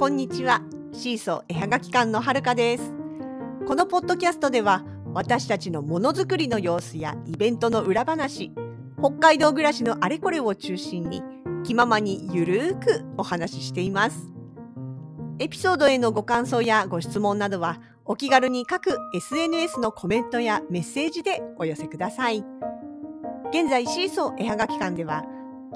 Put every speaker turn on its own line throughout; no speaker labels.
こんにちは。シーソー絵はがき館のはるかです。このポッドキャストでは私たちのものづくりの様子やイベントの裏話、北海道暮らしのあれこれを中心に気ままにゆるーくお話ししています。エピソードへのご感想やご質問などはお気軽に各 SNS のコメントやメッセージでお寄せください。現在シーソー絵はがき館では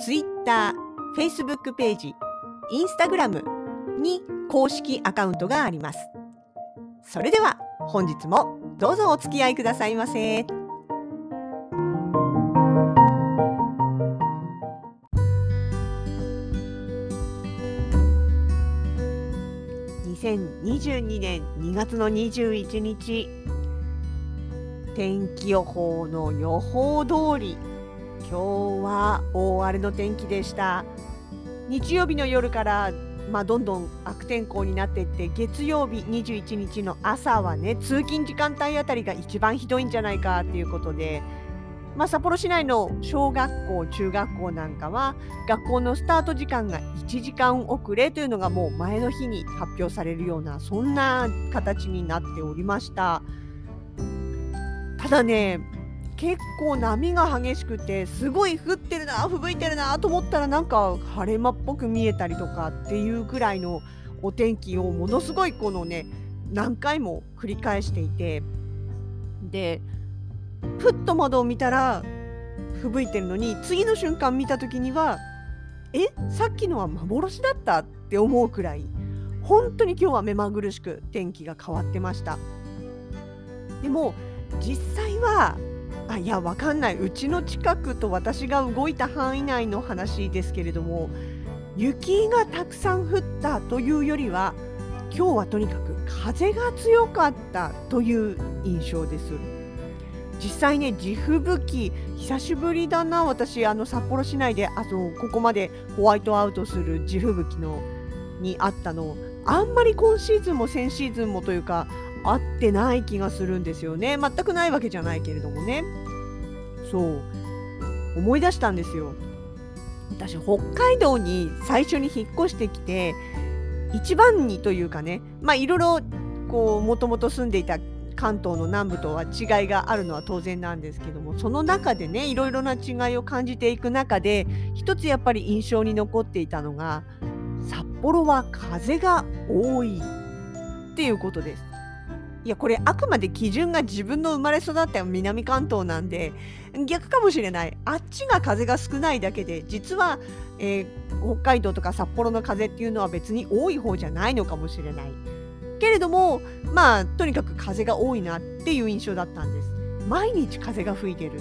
Twitter、Facebook ページ、Instagram に公式アカウントがあります。それでは本日もどうぞお付き合いくださいませ。2022年2月の21日、天気予報の予報通り今日は大荒れの天気でした。日曜日の夜からどんどん悪天候になっていって、月曜日21日の朝はね、通勤時間帯あたりが一番ひどいんじゃないかっていうことで、札幌市内の小学校中学校なんかは学校のスタート時間が1時間遅れというのがもう前の日に発表されるような、そんな形になっておりました。ただね、結構波が激しくて、すごい降ってるな、吹雪いてるなと思ったら、なんか晴れ間っぽく見えたりとかっていうくらいのお天気をものすごい何回も繰り返していて、でふっと窓を見たら吹雪いてるのに、次の瞬間見た時にはさっきのは幻だったって思うくらい、本当に今日は目まぐるしく天気が変わってました。でも実際はわかんない、うちの近くと私が動いた範囲内の話ですけれども、雪がたくさん降ったというよりは、今日はとにかく風が強かったという印象です。実際ね、地吹雪久しぶりだな。私札幌市内でここまでホワイトアウトする地吹雪にあったの、あんまり今シーズンも先シーズンもというか合ってない気がするんですよね。全くないわけじゃないけれどもね。そう思い出したんですよ。私北海道に最初に引っ越してきて、一番にというかね、いろいろもともと住んでいた関東の南部とは違いがあるのは当然なんですけども、その中でね、いろいろな違いを感じていく中で、一つやっぱり印象に残っていたのが、札幌は風が多いっていうことです。いや、これあくまで基準が自分の生まれ育った南関東なんで、逆かもしれない。あっちが風が少ないだけで、実は、北海道とか札幌の風っていうのは別に多い方じゃないのかもしれないけれども、とにかく風が多いなっていう印象だったんです。毎日風が吹いてるって。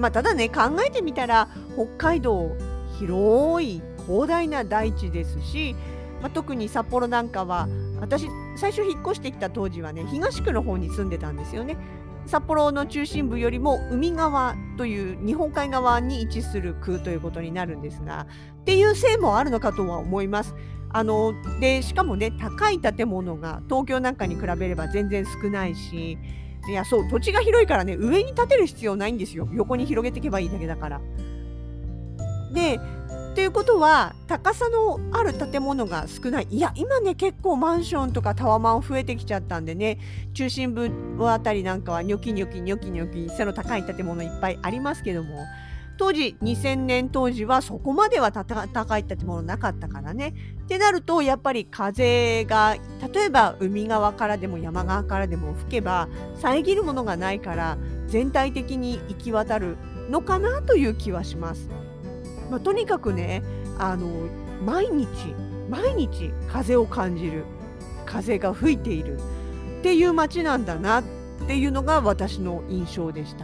ただね、考えてみたら北海道広い広大な大地ですし、特に札幌なんかは、私最初引っ越してきた当時はね、東区の方に住んでたんですよね。札幌の中心部よりも海側という日本海側に位置する区ということになるんですが、っていうせいもあるのかとは思います。でしかもね、高い建物が東京なんかに比べれば全然少ないし、土地が広いからね、上に建てる必要ないんですよ。横に広げていけばいいだけだから。でということは、高さのある建物が少ない。いや、今ね、結構マンションとかタワマン増えてきちゃったんでね、中心部あたりなんかはニョキニョキニョキニョキ背の高い建物いっぱいありますけども、当時2000年当時はそこまでは高い建物なかったからね。ってなると、やっぱり風が例えば海側からでも山側からでも吹けば遮るものがないから、全体的に行き渡るのかなという気はします。とにかくね、毎日風を感じる、風が吹いているっていう街なんだなっていうのが私の印象でした。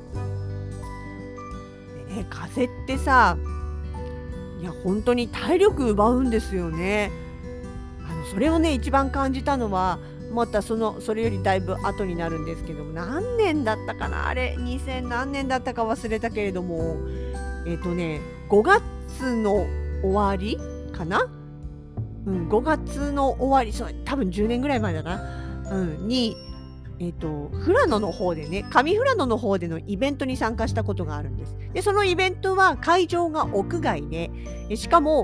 でね、風ってさ、本当に体力奪うんですよね。それをね、一番感じたのは、またそれよりだいぶ後になるんですけども、何年だったかな、あれ2000何年だったか忘れたけれども、5月の終わりかな、5月の終わり、多分10年ぐらい前だな、に富良野の方でね、上富良野の方でのイベントに参加したことがあるんです。で、そのイベントは会場が屋外で、しかも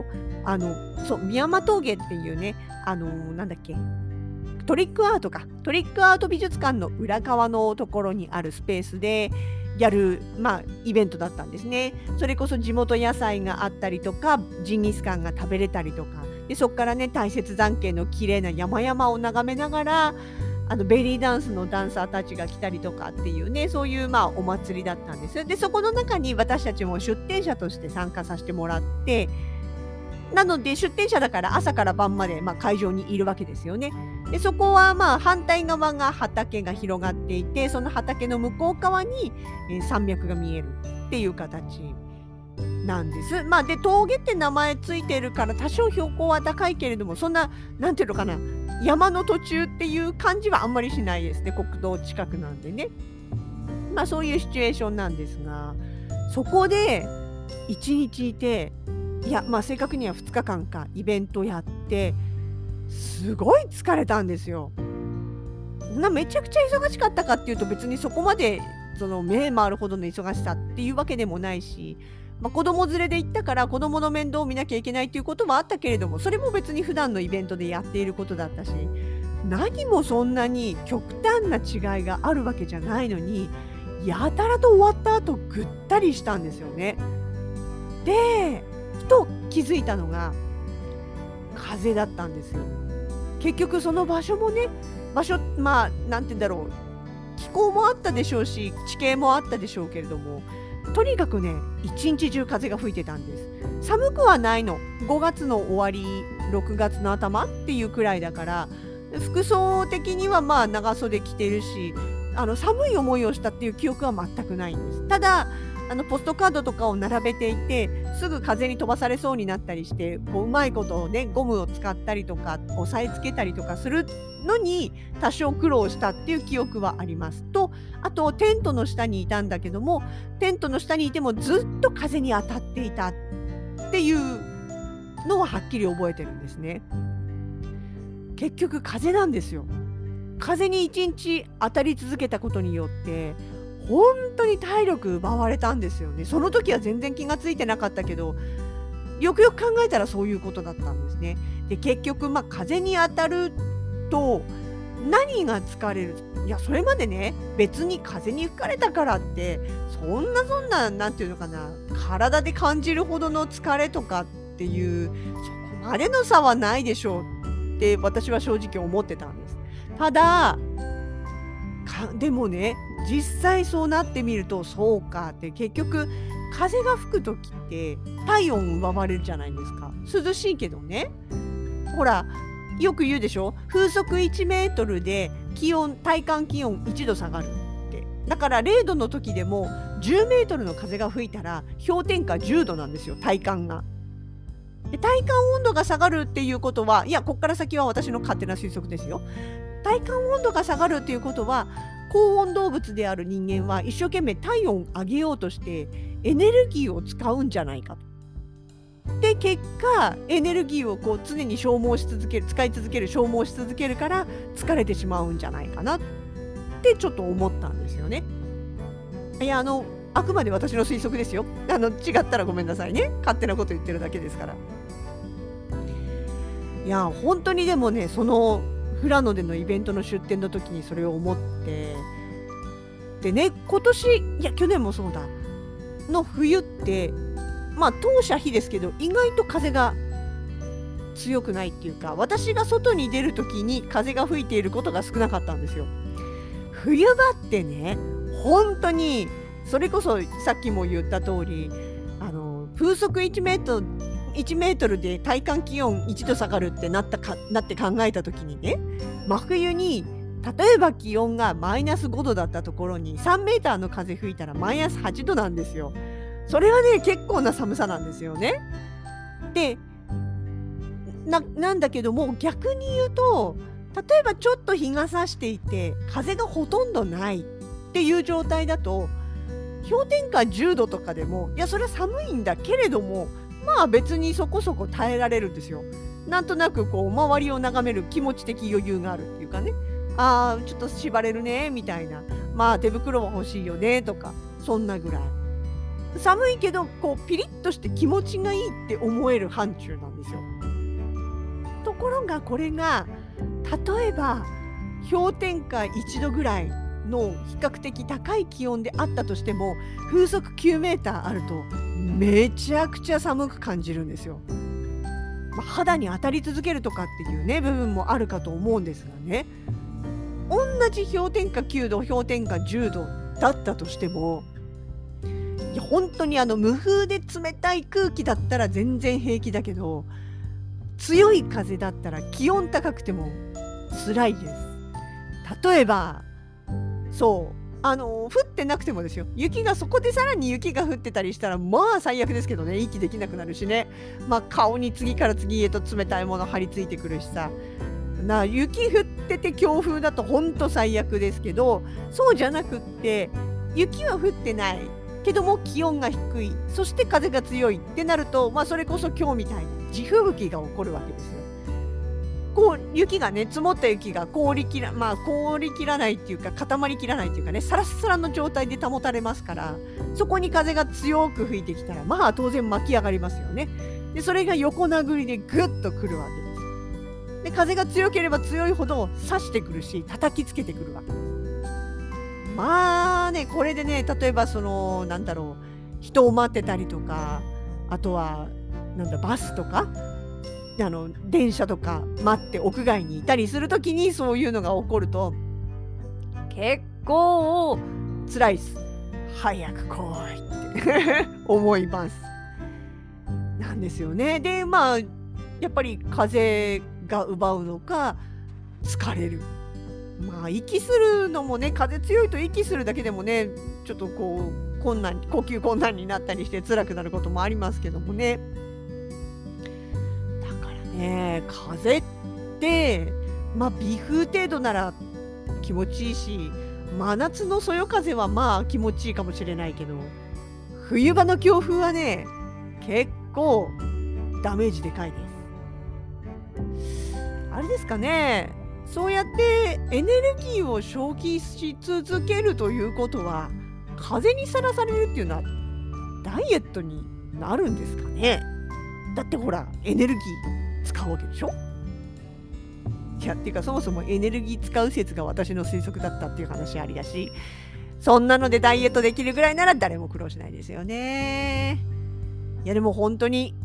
そう山峠っていうね、なんだっけ、トリックアートか。トリックアート美術館の裏側のところにあるスペースでやる、イベントだったんですね。それこそ地元野菜があったりとか、ジンギスカンが食べれたりとか、でそこからね、大雪山系の綺麗な山々を眺めながら、ベリーダンスのダンサーたちが来たりとかっていうね、そういうお祭りだったんです。で、そこの中に私たちも出店者として参加させてもらって、なので出店者だから朝から晩まで、会場にいるわけですよね。で、そこは反対側が畑が広がっていて、その畑の向こう側に、山脈が見えるっていう形なんです。で、峠って名前ついてるから多少標高は高いけれども、そんな、なんていうのかな、山の途中っていう感じはあんまりしないですね。国道近くなんでね。そういうシチュエーションなんですが、そこで1日いて、いや、正確には2日間かイベントやって、すごい疲れたんですよ。めちゃくちゃ忙しかったかっていうと、別にそこまで目回るほどの忙しさっていうわけでもないし、子供連れで行ったから子供の面倒を見なきゃいけないっていうことはあったけれども、それも別に普段のイベントでやっていることだったし、何もそんなに極端な違いがあるわけじゃないのに、やたらと終わった後ぐったりしたんですよね。で、ふと気づいたのが風だったんですよ。結局その場所もね、なんて言うんだろう、気候もあったでしょうし、地形もあったでしょうけれども、とにかくね、一日中風が吹いてたんです。寒くはないの。5月の終わり、6月の頭っていうくらいだから、服装的には長袖着てるし、寒い思いをしたっていう記憶は全くないんです。ただ、ポストカードとかを並べていて、すぐ風に飛ばされそうになったりして、うまいことをね、ゴムを使ったりとか、押さえつけたりとかするのに、多少苦労したっていう記憶はありますと、あとテントの下にいたんだけども、テントの下にいてもずっと風に当たっていたっていうのははっきり覚えてるんですね。結局風なんですよ。風に一日当たり続けたことによって、本当に体力奪われたんですよね。その時は全然気がついてなかったけど、よくよく考えたらそういうことだったんですね。で、結局風に当たると何が疲れる？いや、それまでね、別に風に吹かれたからって、そんな、なんていうのかな、体で感じるほどの疲れとかっていう、そこまでの差はないでしょうって私は正直思ってたんです。ただ、でもね、実際そうなってみると、そうかって、結局風が吹く時って体温奪われるじゃないですか。涼しいけどね。ほら、よく言うでしょ、風速1メートルで体感気温1度下がるって。だから0度の時でも10メートルの風が吹いたら氷点下10度なんですよ、体感が。で、体感温度が下がるっていうことは、いや、こっから先は私の勝手な推測ですよ。体感温度が下がるっていうことは、高温動物である人間は一生懸命体温を上げようとしてエネルギーを使うんじゃないかと。で、結果エネルギーを常に使い続ける、消耗し続けるから疲れてしまうんじゃないかなってちょっと思ったんですよね。いや、あくまで私の推測ですよ。違ったらごめんなさいね。勝手なこと言ってるだけですから。いや、本当にでもね、その富良野でのイベントの出店の時にそれを思って、でね、去年もそうだ、の冬って、当社日ですけど、意外と風が強くないっていうか、私が外に出る時に風が吹いていることが少なかったんですよ。冬場ってね、本当に、それこそさっきも言った通り、風速1メートルで体感気温1度下がるってなって考えた時にね、真冬に例えば気温がマイナス5度だったところに3メーターの風吹いたらマイナス8度なんですよ。それはね、結構な寒さなんですよね。で、なんだけども、逆に言うと、例えばちょっと日が差していて風がほとんどないっていう状態だと、氷点下10度とかでも、いや、それは寒いんだけれども、別にそこそこ耐えられるんですよ。なんとなく周りを眺める気持ち的余裕があるっていうかね。ちょっと縛れるねみたいな。手袋は欲しいよねとか、そんなぐらい。 寒いけどこうピリッとして気持ちがいいって思える範疇なんですよ。ところがこれが例えば氷点下1度ぐらいの比較的高い気温であったとしても、風速9メーターあるとめちゃくちゃ寒く感じるんですよ。肌に当たり続けるとかっていうね部分もあるかと思うんですがね、同じ氷点下9度氷点下10度だったとしても、いや本当に無風で冷たい空気だったら全然平気だけど、強い風だったら気温高くても辛いです。例えば降ってなくてもですよ、雪がそこでさらに雪が降ってたりしたら最悪ですけどね、息できなくなるしね、顔に次から次へと冷たいもの張り付いてくるしさ、雪降ってて強風だとほんと最悪ですけど、そうじゃなくって雪は降ってないけども気温が低い、そして風が強いってなると、それこそ今日みたいな地吹雪が起こるわけですよ。雪がね積もった雪が凍りきらないっていうか固まりきらないっていうかね、サラッサラの状態で保たれますから、そこに風が強く吹いてきたら当然巻き上がりますよね。でそれが横殴りでぐっとくるわけです。で風が強ければ強いほど刺してくるし叩きつけてくるわけです。これでね、例えば人を待ってたりとか、あとはバスとか電車とか待って屋外にいたりするときにそういうのが起こると結構辛いです。早く来いって思います。なんですよね。でやっぱり風が奪うのか疲れる。息するのもね、風強いと息するだけでもねちょっと呼吸困難になったりして辛くなることもありますけどもね。風って微風程度なら気持ちいいし、真夏のそよ風は気持ちいいかもしれないけど、冬場の強風はね結構ダメージでかいです。あれですかね、そうやってエネルギーを消費し続けるということは風にさらされるっていうのはダイエットになるんですかね。だってほらエネルギー使うわけでしょ。っていうかそもそもエネルギー使う説が私の推測だったっていう話ありやし、そんなのでダイエットできるぐらいなら誰も苦労しないですよね。でも本当に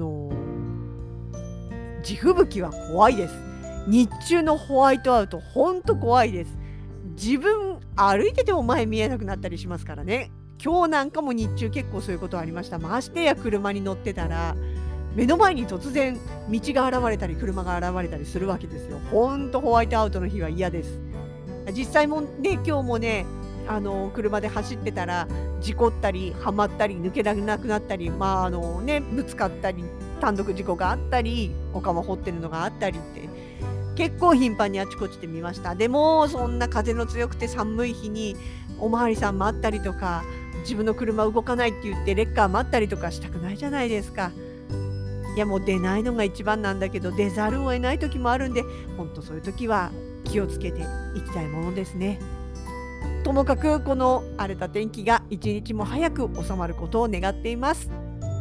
地吹雪は怖いです。日中のホワイトアウト本当怖いです。自分歩いてても前見えなくなったりしますからね。今日なんかも日中結構そういうことありました。ましてや車に乗ってたら目の前に突然道が現れたり車が現れたりするわけですよ。ほんとホワイトアウトの日は嫌です。実際もね今日もね車で走ってたら事故ったりはまったり抜けられなくなったりぶつかったり単独事故があったりお釜掘ってるのがあったりって結構頻繁にあちこちで見ました。でもそんな風の強くて寒い日におまわりさん待ったりとか自分の車動かないって言ってレッカー待ったりとかしたくないじゃないですか。もう出ないのが一番なんだけど出ざるを得ない時もあるんで、本当そういう時は気をつけていきたいものですね。ともかくこの荒れた天気が一日も早く収まることを願っています。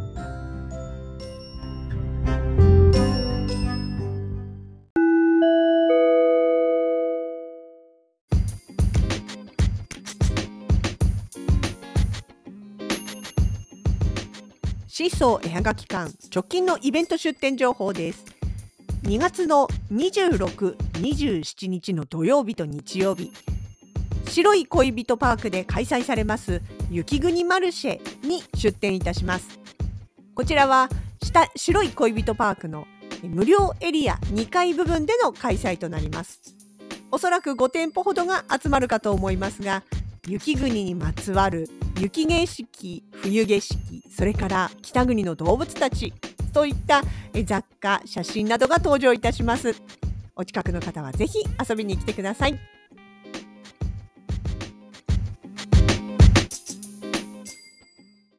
シーソー絵はがき館直近のイベント出店情報です。2月の26、27日の土曜日と日曜日、白い恋人パークで開催されます雪国マルシェに出店いたします。こちらは白い恋人パークの無料エリア2階部分での開催となります。おそらく5店舗ほどが集まるかと思いますが、雪国にまつわる雪景色、冬景色、それから北国の動物たちといった雑貨、写真などが登場いたします。お近くの方はぜひ遊びに来てください。